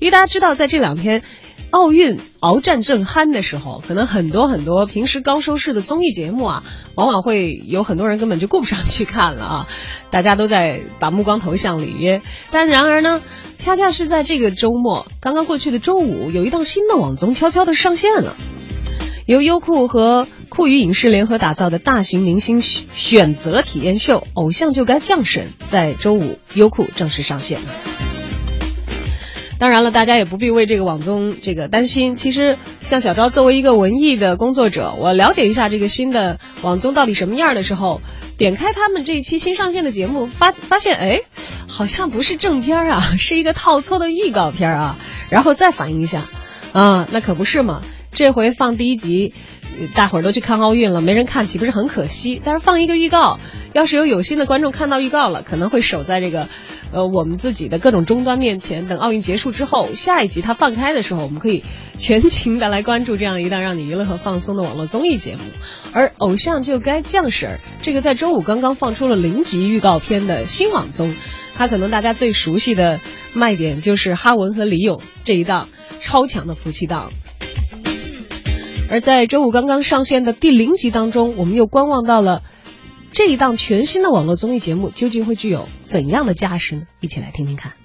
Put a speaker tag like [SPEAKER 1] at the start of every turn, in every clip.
[SPEAKER 1] 因为大家知道，在这2天奥运鏖战正酣的时候，可能很多平时高收视的综艺节目啊，往往会有很多人根本就顾不上去看了啊，大家都在把目光投向里约。但然而呢，恰恰是在这个周末，刚刚过去的周五，有一档新的网综悄悄的上线了，由优酷和酷娱影视联合打造的大型明星选择体验秀《偶像就该降审》在周五优酷正式上线。当然了，大家也不必为这个网综担心。其实像小昭作为一个文艺的工作者，我了解一下这个新的网综到底什么样的时候，点开他们这一期新上线的节目，发现好像不是正片啊，是一个套错的预告片啊。然后再反应一下啊，那可不是嘛，这回放第1集大伙儿都去看奥运了，没人看岂不是很可惜？但是放一个预告，要是有心的观众看到预告了，可能会守在这个我们自己的各种终端面前，等奥运结束之后，下一集它放开的时候，我们可以全情的来关注这样一档让你娱乐和放松的网络综艺节目。而偶像就该降审，这个在周五刚刚放出了0集预告片的新网综，它可能大家最熟悉的卖点就是哈文和李咏这一档超强的夫妻档。而在周五刚刚上线的第0集当中，我们又观望到了这一档全新的网络综艺节目究竟会具有怎样的架势呢？一起来听听看。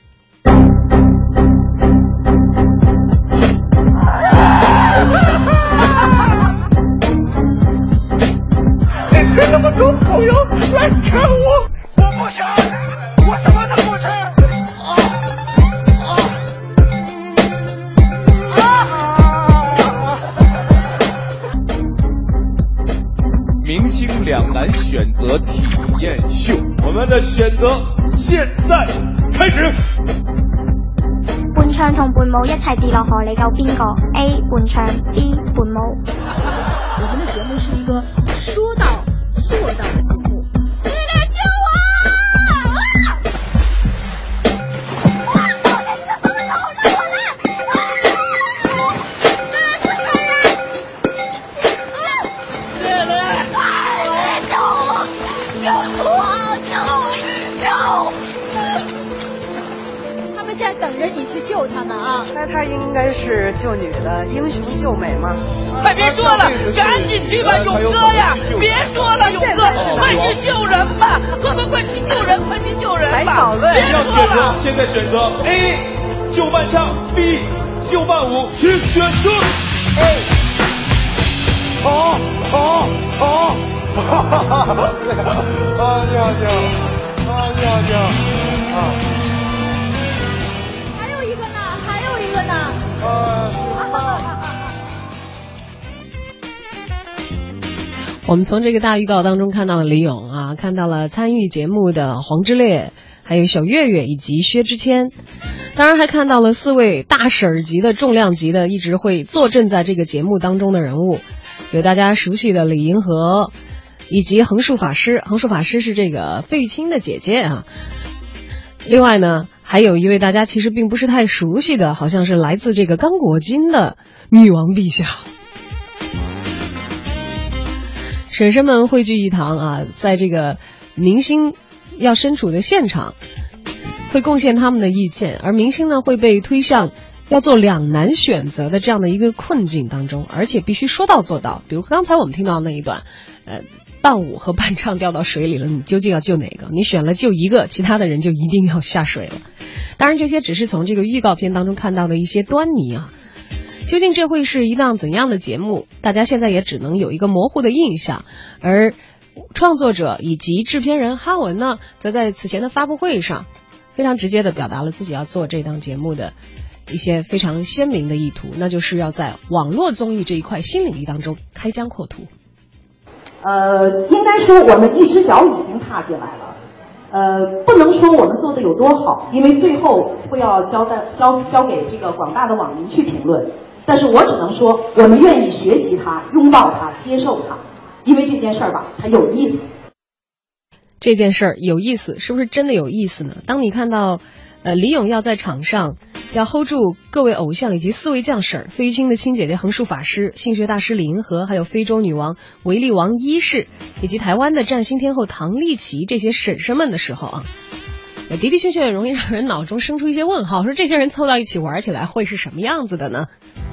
[SPEAKER 2] 这群那么多朋友来看我不想，我什么都不吃。
[SPEAKER 3] 明星两难选择体验秀，我们的选择现在开始。
[SPEAKER 4] 伴唱同伴舞一齊跌落河，你救邊個 ？A 伴唱 ，B 伴舞。
[SPEAKER 5] 我們的節目是一個說到做到的節目。你來救我！等着你去救他们啊！
[SPEAKER 6] 那他应该是救女的，英雄救美吗？
[SPEAKER 2] 快别说了，赶紧去吧，勇哥呀！别说了，勇哥，快去救人吧！哥哥，快去救人，快去救人吧！
[SPEAKER 6] 还讨论？
[SPEAKER 3] 要选择，现在选择 A 救伴唱 ，B 救伴舞，请选择
[SPEAKER 2] A。
[SPEAKER 1] 我们从这个大预告当中看到了李咏啊，看到了参与节目的黄致列，还有小岳岳以及薛之谦，当然还看到了4位大婶级的重量级的一直会坐镇在这个节目当中的人物，有大家熟悉的李银河以及横竖法师，横竖法师是这个费玉清的姐姐啊。另外呢，还有一位大家其实并不是太熟悉的，好像是来自这个刚果金的女王陛下。婶婶们汇聚一堂啊，在这个明星要身处的现场，会贡献他们的意见，而明星呢会被推向要做两难选择的这样的一个困境当中，而且必须说到做到。比如刚才我们听到那一段，伴舞和伴唱掉到水里了，你究竟要救哪个？你选了救一个，其他的人就一定要下水了。当然，这些只是从这个预告片当中看到的一些端倪啊。究竟这会是一档怎样的节目？大家现在也只能有一个模糊的印象。而创作者以及制片人哈文呢，则在此前的发布会上，非常直接地表达了自己要做这档节目的一些非常鲜明的意图，那就是要在网络综艺这一块新领域当中开疆扩土。
[SPEAKER 7] 应该说我们一只脚已经踏进来了。不能说我们做的有多好，因为最后会要交给这个广大的网民去评论。但是我只能说，我们愿意学习它，拥抱它，接受它，因为这件事儿吧，它有意思。
[SPEAKER 1] 这件事儿有意思，是不是真的有意思呢？当你看到李咏要在场上要 hold 住各位偶像以及4位将婶，费玉清的亲姐姐横竖法师、性学大师李银河，还有非洲女王维利王伊氏，以及台湾的占星天后唐立淇这些婶婶们的时候啊， 的的确确容易让人脑中生出一些问号，说这些人凑到一起玩起来会是什么样子的呢？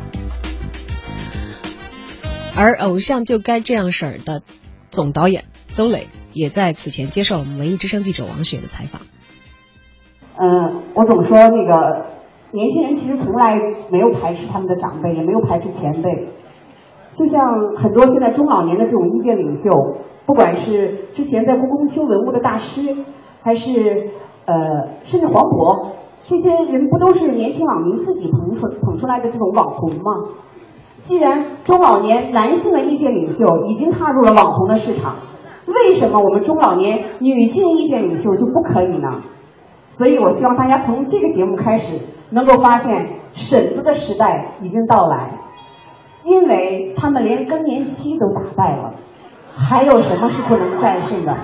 [SPEAKER 1] 而偶像就该这样式儿的总导演邹磊也在此前接受了我们文艺之声记者王雪的采访。
[SPEAKER 7] 我总说那个年轻人其实从来没有排斥他们的长辈，也没有排斥前辈。就像很多现在中老年的这种意见领袖，不管是之前在故宫修文物的大师，还是甚至黄渤，这些人不都是年轻网民自己捧出来的这种网红吗？既然中老年男性的意见领袖已经踏入了网红的市场，为什么我们中老年女性意见领袖就不可以呢？所以我希望大家从这个节目开始能够发现婶子的时代已经到来，因为他们连更年期都打败了，还有什么是不能战胜的？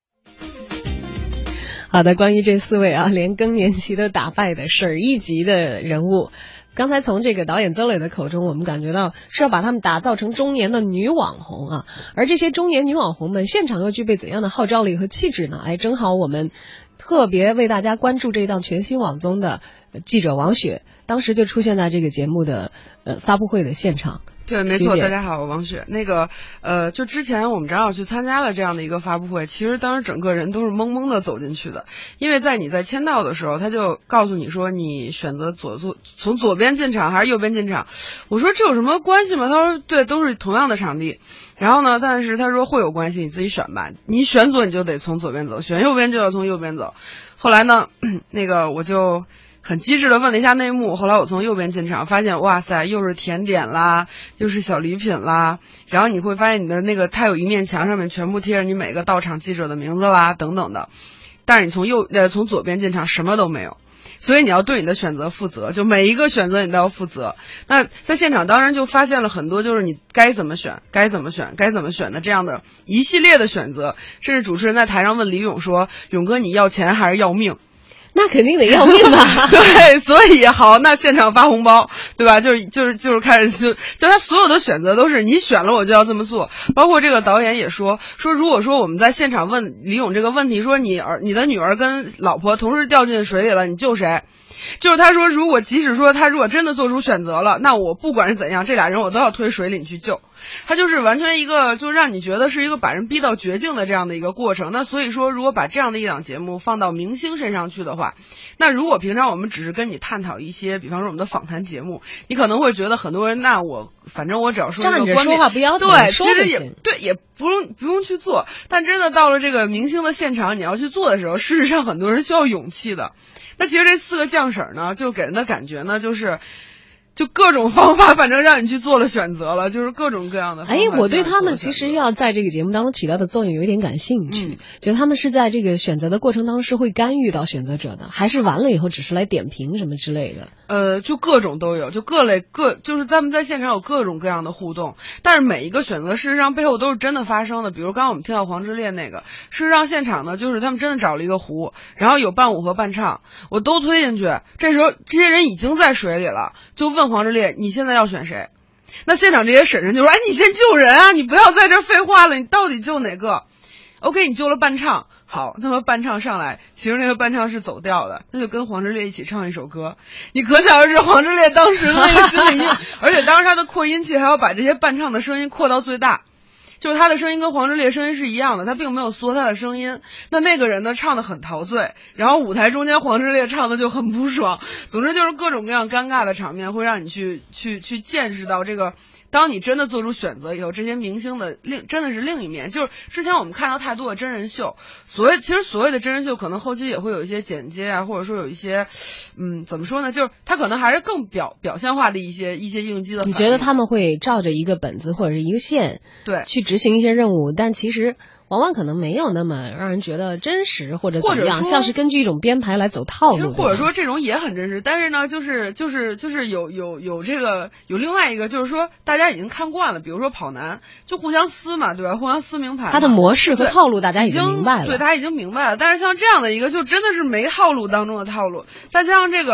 [SPEAKER 1] 好的，关于这4位连更年期都打败的婶一级的人物，刚才从这个导演邹磊的口中，我们感觉到是要把他们打造成中年的女网红啊。而这些中年女网红们现场又具备怎样的号召力和气质呢？正好我们特别为大家关注这一档全新网综的记者王雪，当时就出现在这个节目的发布会的现场。
[SPEAKER 8] 对，没错，大家好，我王雪。就之前我们正好去参加了这样的一个发布会，其实当时整个人都是懵懵的走进去的，因为你在签到的时候，他就告诉你说你选择从左边进场还是右边进场。我说这有什么关系吗？他说对，都是同样的场地。然后呢，但是他说会有关系，你自己选吧。你选左你就得从左边走，选右边就要从右边走。后来呢，我就很机智的问了一下内幕，后来我从右边进场，发现哇塞，又是甜点啦，又是小礼品啦，然后你会发现你的它有一面墙上面全部贴着你每个到场记者的名字啦等等的，但是你从左边进场什么都没有。所以你要对你的选择负责，就每一个选择你都要负责。那在现场当然就发现了很多就是你该怎么选的这样的一系列的选择，甚至主持人在台上问李咏说，咏哥你要钱还是要命？
[SPEAKER 1] 那肯定得要命吧。
[SPEAKER 8] 对，所以好，那现场发红包，对吧？就是开始就他所有的选择都是你选了我就要这么做。包括这个导演也说如果说我们在现场问李咏这个问题，说你的女儿跟老婆同时掉进水里了，你救谁？就是他说即使说他如果真的做出选择了，那我不管是怎样，这俩人我都要推水里去救。他就是完全一个就让你觉得是一个把人逼到绝境的这样的一个过程。那所以说如果把这样的一档节目放到明星身上去的话，那如果平常我们只是跟你探讨一些比方说我们的访谈节目，你可能会觉得很多人反正我只要说一个观点，站着说
[SPEAKER 1] 话不腰疼，
[SPEAKER 8] 对，其实也不用去做。但真的到了这个明星的现场你要去做的时候，事实上很多人需要勇气的。那其实这4个将婶呢，就给人的感觉呢就各种方法，反正让你去做了选择了，就是各种各样的方法。
[SPEAKER 1] 我对他们其实要在这个节目当中起到的作用有一点感兴趣，觉得他们是在这个选择的过程当中是会干预到选择者的，还是完了以后只是来点评什么之类的？
[SPEAKER 8] 就各种都有，就就是他们在现场有各种各样的互动，但是每一个选择事实上背后都是真的发生的。比如刚刚我们听到黄致列那个，事实上现场呢就是他们真的找了一个湖，然后有伴舞和伴唱，我都推进去，这时候这些人已经在水里了，就问黄致列你现在要选谁？那现场这些婶婶就说，你先救人啊，你不要在这废话了，你到底救哪个？ OK， 你救了伴唱，好，那么伴唱上来，其实那个伴唱是走调的，那就跟黄致列一起唱一首歌，你可想而知黄致列当时的那个心理而且当时他的扩音器还要把这些伴唱的声音扩到最大，就是他的声音跟黄致列声音是一样的，他并没有缩他的声音。那个人呢唱得很陶醉，然后舞台中间黄致列唱的就很不爽。总之就是各种各样尴尬的场面会让你去见识到这个，当你真的做出选择以后，这些明星的真的是另一面。就是之前我们看到太多的真人秀，其实所谓的真人秀可能后期也会有一些剪接啊，或者说有一些怎么说呢，就是他可能还是更表现化的一些应激的反应。
[SPEAKER 1] 你觉得他们会照着一个本子或者是一个线
[SPEAKER 8] 对
[SPEAKER 1] 去执行一些任务，但其实往往可能没有那么让人觉得真实，或者怎么样，像是根据一种编排来走套路。
[SPEAKER 8] 其实或者说这种也很真实，但是呢，就是有这个有另外一个，就是说大家已经看惯了，比如说跑男就互相撕嘛，对吧？互相撕名牌，
[SPEAKER 1] 他的模式和套路大家已经明白了，
[SPEAKER 8] 对，他已经明白了。但是像这样的一个，就真的是没套路当中的套路，再加上这个。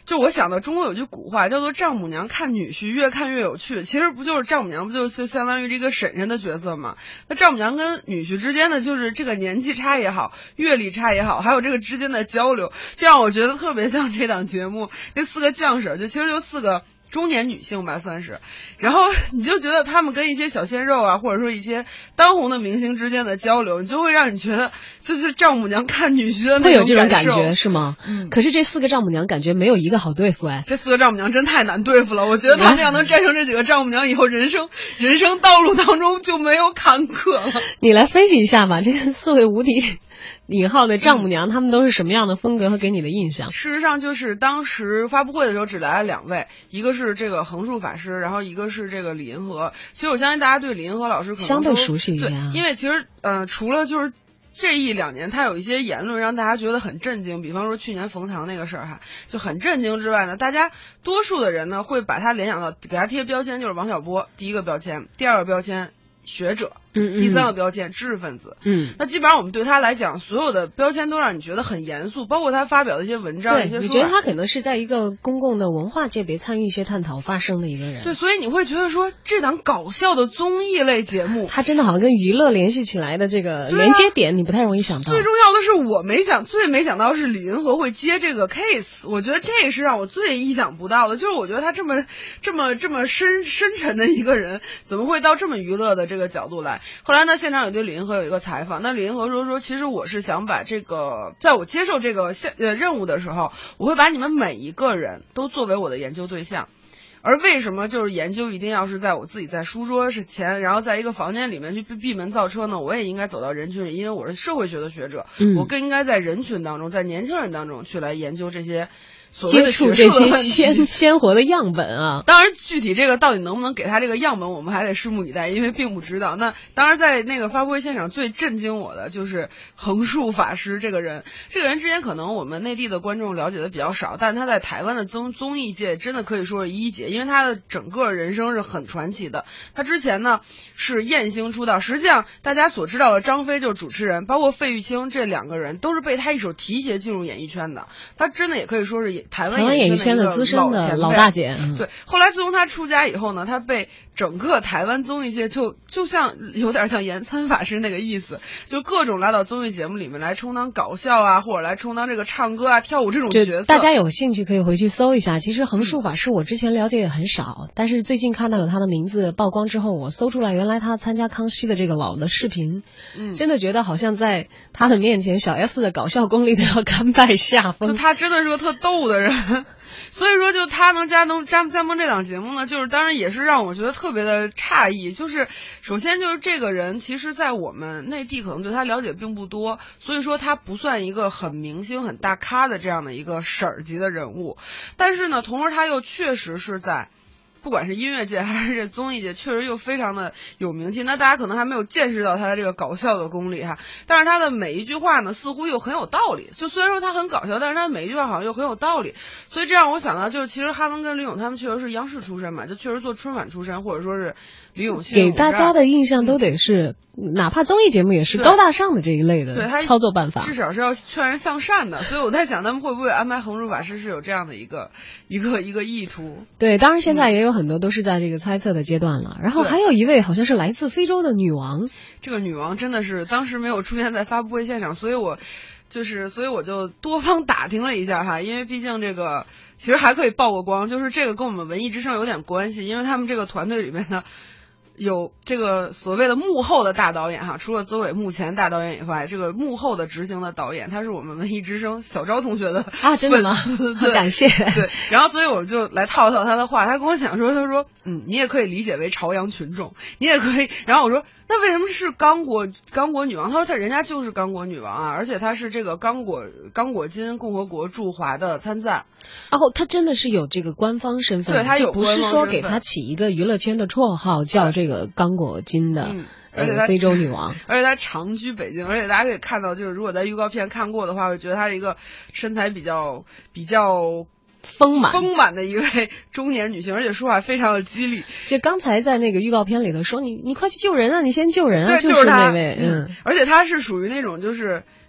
[SPEAKER 8] 就我想到中国有句古话叫做丈母娘看女婿越看越有趣，其实不就是丈母娘不就是相当于这个婶婶的角色吗？那丈母娘跟女婿之间的就是这个年纪差也好，阅历差也好，还有这个之间的交流，就让我觉得特别像这档节目那4个将婶，就其实就4个中年女性吧算是，然后你就觉得他们跟一些小鲜肉啊，或者说一些当红的明星之间的交流，你就会让你觉得就是丈母娘看女婿的那种
[SPEAKER 1] 会有这种感觉是吗？
[SPEAKER 8] 嗯。
[SPEAKER 1] 可是这4个丈母娘感觉没有一个好对付哎。
[SPEAKER 8] 这4个丈母娘真太难对付了，我觉得他们要能战胜这几个丈母娘以后，人生道路当中就没有坎坷了。
[SPEAKER 1] 你来分析一下吧，这4位无敌引号的丈母娘，他们都是什么样的风格和给你的印象？
[SPEAKER 8] 事实上，就是当时发布会的时候只来了2位，一个是这个横竖法师，然后一个是这个李银河。其实我相信大家对李银河老师可能
[SPEAKER 1] 相对熟悉一点
[SPEAKER 8] 对，因为其实除了就是这1-2年他有一些言论让大家觉得很震惊，比方说去年冯唐那个事儿哈，就很震惊之外呢，大家多数的人呢会把他联想到给他贴标签就是王小波，第一个标签，第2个标签学者，第3个标签知识分子。那基本上我们对他来讲，所有的标签都让你觉得很严肃，包括他发表的一些文章，一些说法，
[SPEAKER 1] 你觉得他可能是在一个公共的文化界别参与一些探讨发生的一个人。
[SPEAKER 8] 对，所以你会觉得说这档搞笑的综艺类节目，
[SPEAKER 1] 他真的好像跟娱乐联系起来的这个连接点，你不太容易想到。
[SPEAKER 8] 最重要的是最没想到是李银河会接这个 case， 我觉得这是让我最意想不到的，就是我觉得他这么深沉的一个人，怎么会到这么娱乐的这个角度来？后来呢，现场有对李银河有一个采访，那李银河说，其实我是想把这个，在我接受这个任务的时候，我会把你们每一个人都作为我的研究对象。而为什么就是研究一定要是在我自己在书桌前，然后在一个房间里面去闭门造车呢？我也应该走到人群里，因为我是社会学的学者，我更应该在人群当中，在年轻人当中去来研究这些
[SPEAKER 1] 接触这些鲜活的样本啊。
[SPEAKER 8] 当然具体这个到底能不能给他这个样本，我们还得拭目以待，因为并不知道。那当然在那个发布会现场最震惊我的就是横竖法师这个人之前可能我们内地的观众了解的比较少，但他在台湾的综艺界真的可以说是一姐，因为他的整个人生是很传奇的。他之前呢是艳星出道，实际上大家所知道的张飞就是主持人，包括费玉清这2个人都是被他一手提携进入演艺圈的，他真的也可以说是台湾演艺圈的
[SPEAKER 1] 资深的老大姐。
[SPEAKER 8] 对，后来自从他出家以后呢，他被整个台湾综艺界就像有点像盐参法师那个意思，就各种拉到综艺节目里面来充当搞笑啊，或者来充当这个唱歌啊跳舞这种角色。
[SPEAKER 1] 大家有兴趣可以回去搜一下，其实横竖法师我之前了解也很少，但是最近看到有他的名字曝光之后，我搜出来原来他参加康熙的这个老的视频，真的觉得好像在他的面前小 S 的搞笑功力都要甘拜下风。
[SPEAKER 8] 就他真的是个特逗的人。所以说就他能加盟这档节目呢，就是当然也是让我觉得特别的诧异，就是首先就是这个人其实在我们内地可能对他了解并不多，所以说他不算一个很明星很大咖的这样的一个婶儿级的人物，但是呢同时他又确实是在不管是音乐界还是综艺界确实又非常的有名气，那大家可能还没有见识到他的这个搞笑的功力哈，但是他的每一句话呢似乎又很有道理，就虽然说他很搞笑，但是他每一句话好像又很有道理，所以这让我想到就是其实哈文跟李咏他们确实是央视出身嘛，就确实做春晚出身，或者说是李咏
[SPEAKER 1] 给大家的印象都得是哪怕综艺节目也是高大上的这一类的操作办法，
[SPEAKER 8] 至少是要劝人向善的，所以我在想他们会不会安排横竖法师是有这样的一个意图。
[SPEAKER 1] 对，当然现在也有很多都是在这个猜测的阶段了，然后还有一位好像是来自非洲的女王，
[SPEAKER 8] 这个女王真的是当时没有出现在发布会现场，所以我就多方打听了一下哈，因为毕竟这个其实还可以曝个光，就是这个跟我们文艺之声有点关系，因为他们这个团队里面呢有这个所谓的幕后的大导演哈，除了邹伟目前大导演以外，这个幕后的执行的导演他是我们文艺之声小昭同学的
[SPEAKER 1] 啊，真的吗？感谢。
[SPEAKER 8] 对，然后所以我就来套他的话，他跟我讲说，他说你也可以理解为朝阳群众，你也可以，然后我说那为什么是刚果女王？他说人家就是刚果女王啊，而且他是这个刚果金共和国驻华的参赞，
[SPEAKER 1] 然后他真的是有这个官方身份，
[SPEAKER 8] 对，他有
[SPEAKER 1] 不是说给他起一个娱乐圈的绰号叫这个刚果金的。
[SPEAKER 8] 而且他
[SPEAKER 1] 非洲女王，
[SPEAKER 8] 而且她长居北京，而且大家可以看到，就是如果在预告片看过的话，会觉得她是一个身材比较丰满的一位中年女性，而且说话非常的激励。
[SPEAKER 1] 就刚才在那个预告片里头说你快去救人啊，你先救人啊，
[SPEAKER 8] 对，
[SPEAKER 1] 就是那位，
[SPEAKER 8] 而且她是属于那种就是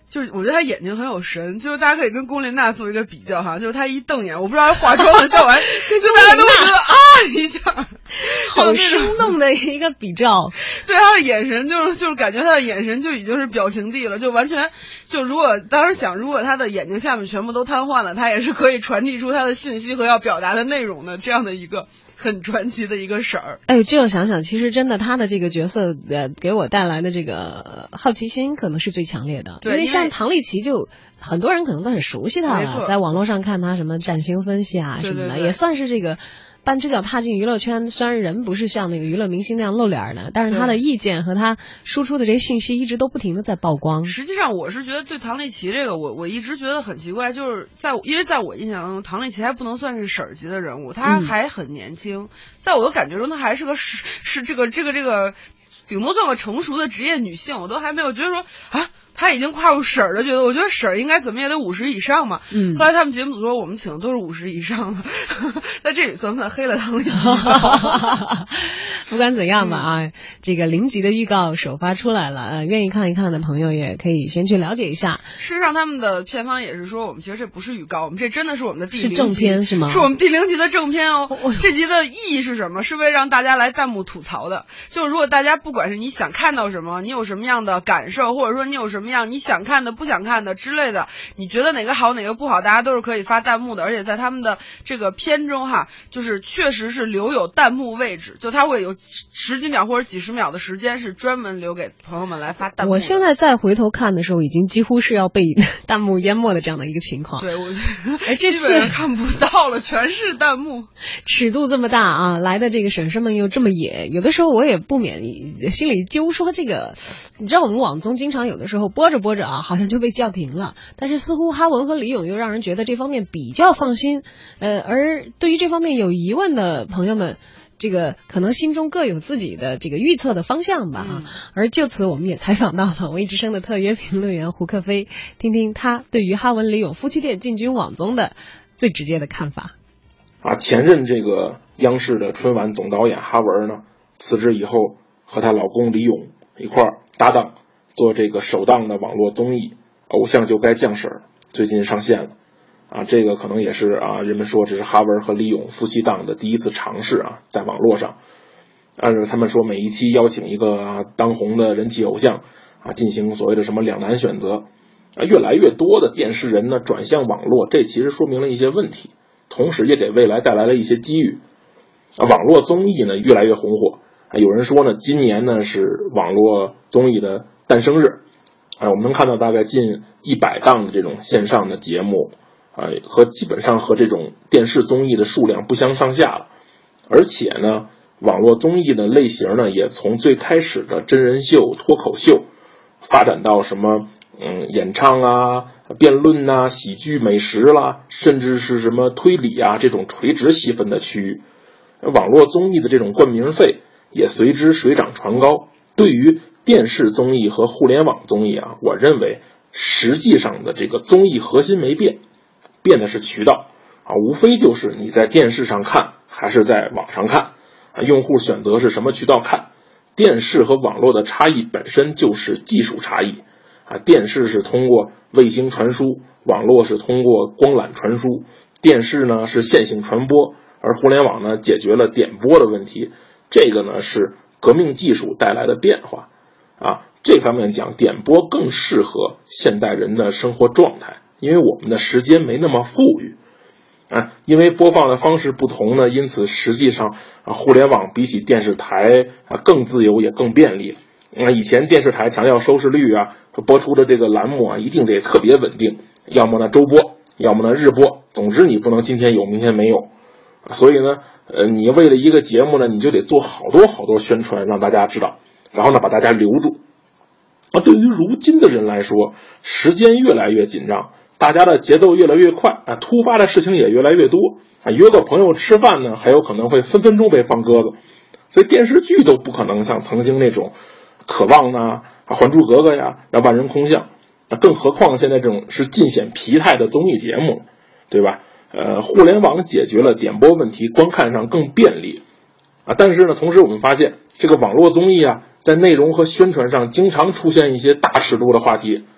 [SPEAKER 8] 就是我觉得他眼睛很有神，就是大家可以跟龚琳娜做一个比较哈，就是他一瞪眼，我不知道他化妆的效果，就大家都会觉得啊一下，
[SPEAKER 1] 好生动的一个比照。
[SPEAKER 8] 对他的眼神就是感觉他的眼神就已经是表情帝了，就完全就如果当时想，如果他的眼睛下面全部都瘫痪了，他也是可以传递出他的信息和要表达的内容的，这样的一个很传奇的一个婶儿。
[SPEAKER 1] 哎，这样想想，其实真的他的这个角色给我带来的这个好奇心可能是最强烈的。
[SPEAKER 8] 对，
[SPEAKER 1] 因为像唐立淇就很多人可能都很熟悉他了，在网络上看他什么占星分析啊什么的，
[SPEAKER 8] 对，
[SPEAKER 1] 也算是这个半只脚踏进娱乐圈。虽然人不是像那个娱乐明星那样露脸的，但是他的意见和他输出的这些信息一直都不停的在曝光。
[SPEAKER 8] 实际上我是觉得对唐立淇这个我一直觉得很奇怪，就是因为在我印象当中，唐立淇还不能算是婶儿级的人物，他还很年轻，在我的感觉中他还是个是这个顶多算个成熟的职业女性，我都还没有觉得说啊她已经跨入婶儿的觉得，我觉得婶儿应该怎么也得50以上嘛。后来他们节目组说我们请的都是50以上的，在这里算不算黑了唐立淇？
[SPEAKER 1] 不管怎样吧啊，这个0集的预告首发出来了，愿意看一看的朋友也可以先去了解一下。
[SPEAKER 8] 事实上他们的片方也是说，我们其实这不是预告，我们这真的是我们的第0集，
[SPEAKER 1] 是正片是吗？
[SPEAKER 8] 是我们第0集的正片哦。这集的意义是什么？是为了让大家来弹幕吐槽的。就是如果大家不管是你想看到什么，你有什么样的感受，或者说你有什么样你想看的不想看的之类的，你觉得哪个好哪个不好，大家都是可以发弹幕的。而且在他们的这个片中哈，就是确实是留有弹幕位置，就他会有10几秒或者几十秒的时间是专门留给朋友们来发弹幕。
[SPEAKER 1] 我现在再回头看的时候，已经几乎是要被弹幕淹没的这样的一个情况。
[SPEAKER 8] 对，这基本上看不到了，全是弹幕。
[SPEAKER 1] 尺度这么大啊，来的这个婶婶们又这么野，有的时候我也不免心里揪说这个，你知道我们网综经常有的时候播着播着啊，好像就被叫停了，但是似乎哈文和李咏又让人觉得这方面比较放心。而对于这方面有疑问的朋友们，这个可能心中各有自己的这个预测的方向吧。而就此我们也采访到了文艺之声的特约评论员胡克飞，听听他对于哈文李咏夫妻店进军网综的最直接的看法。
[SPEAKER 9] 前任这个央视的春晚总导演哈文呢，辞职以后和她老公李咏一块儿搭档做这个首档的网络综艺《偶像就该降婶儿》，最近上线了。这个可能也是人们说这是哈文和李咏夫妻档的第一次尝试在网络上。按照他们说，每一期邀请一个当红的人气偶像进行所谓的什么两难选择。越来越多的电视人呢转向网络，这其实说明了一些问题，同时也给未来带来了一些机遇。网络综艺呢越来越红火，有人说呢今年呢是网络综艺的诞生日。我们能看到大概近100档的这种线上的节目基本上和这种电视综艺的数量不相上下了。而且呢网络综艺的类型呢也从最开始的真人秀脱口秀发展到什么演唱辩论喜剧美食啦，甚至是什么推理这种垂直细分的区域。网络综艺的这种冠名费也随之水涨船高。对于电视综艺和互联网综艺我认为实际上的这个综艺核心没变，变的是渠道无非就是你在电视上看还是在网上看用户选择是什么渠道看。电视和网络的差异本身就是技术差异电视是通过卫星传输，网络是通过光缆传输。电视呢是线性传播，而互联网呢解决了点播的问题。这个呢是革命技术带来的变化这方面讲，点播更适合现代人的生活状态，因为我们的时间没那么富裕因为播放的方式不同呢，因此实际上互联网比起电视台更自由也更便利。以前电视台强调收视率播出的这个栏目一定得特别稳定，要么呢周播，要么呢日播，总之你不能今天有明天没有。所以呢你为了一个节目呢，你就得做好多宣传让大家知道，然后呢把大家留住。对于如今的人来说，时间越来越紧张，大家的节奏越来越快突发的事情也越来越多约个朋友吃饭呢还有可能会分分钟被放鸽子。所以电视剧都不可能像曾经那种渴望还珠格格万人空巷更何况现在这种是尽显疲态的综艺节目，对吧？互联网解决了点播问题，观看上更便利但是呢同时我们发现这个网络综艺在内容和宣传上经常出现一些大尺度的话题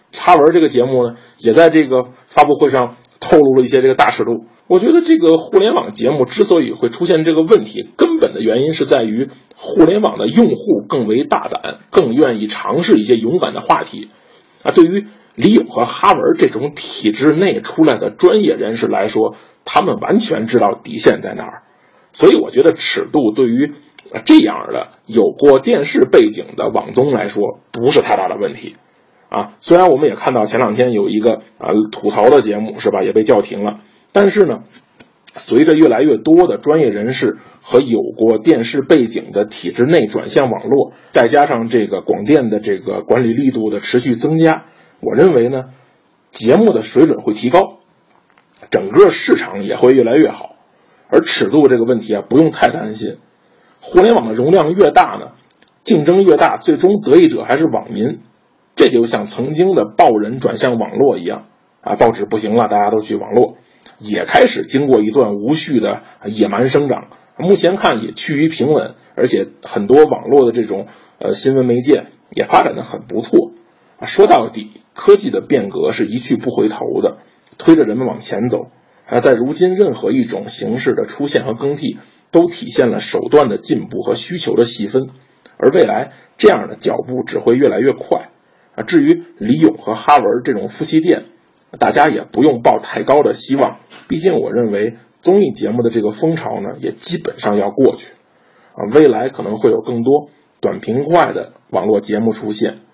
[SPEAKER 9] 哈文这个节目呢，也在这个发布会上透露了一些这个大尺度。我觉得这个互联网节目之所以会出现这个问题，根本的原因是在于互联网的用户更为大胆，更愿意尝试一些勇敢的话题。对于李咏和哈文这种体制内出来的专业人士来说，他们完全知道底线在哪儿。所以我觉得尺度对于这样的有过电视背景的网综来说不是太大的问题。虽然我们也看到前两天有一个吐槽的节目是吧，也被叫停了，但是呢，随着越来越多的专业人士和有过电视背景的体制内转向网络，再加上这个广电的这个管理力度的持续增加，我认为呢，节目的水准会提高，整个市场也会越来越好。而尺度这个问题不用太担心，互联网的容量越大呢，竞争越大，最终得益者还是网民。这就像曾经的报人转向网络一样报纸不行了，大家都去网络，也开始经过一段无序的野蛮生长，目前看也趋于平稳，而且很多网络的这种新闻媒介也发展得很不错。说到底，科技的变革是一去不回头的，推着人们往前走。在如今任何一种形式的出现和更替，都体现了手段的进步和需求的细分，而未来这样的脚步只会越来越快。至于李咏和哈文这种夫妻店，大家也不用抱太高的希望，毕竟我认为综艺节目的这个风潮呢，也基本上要过去。未来可能会有更多短平快的网络节目出现，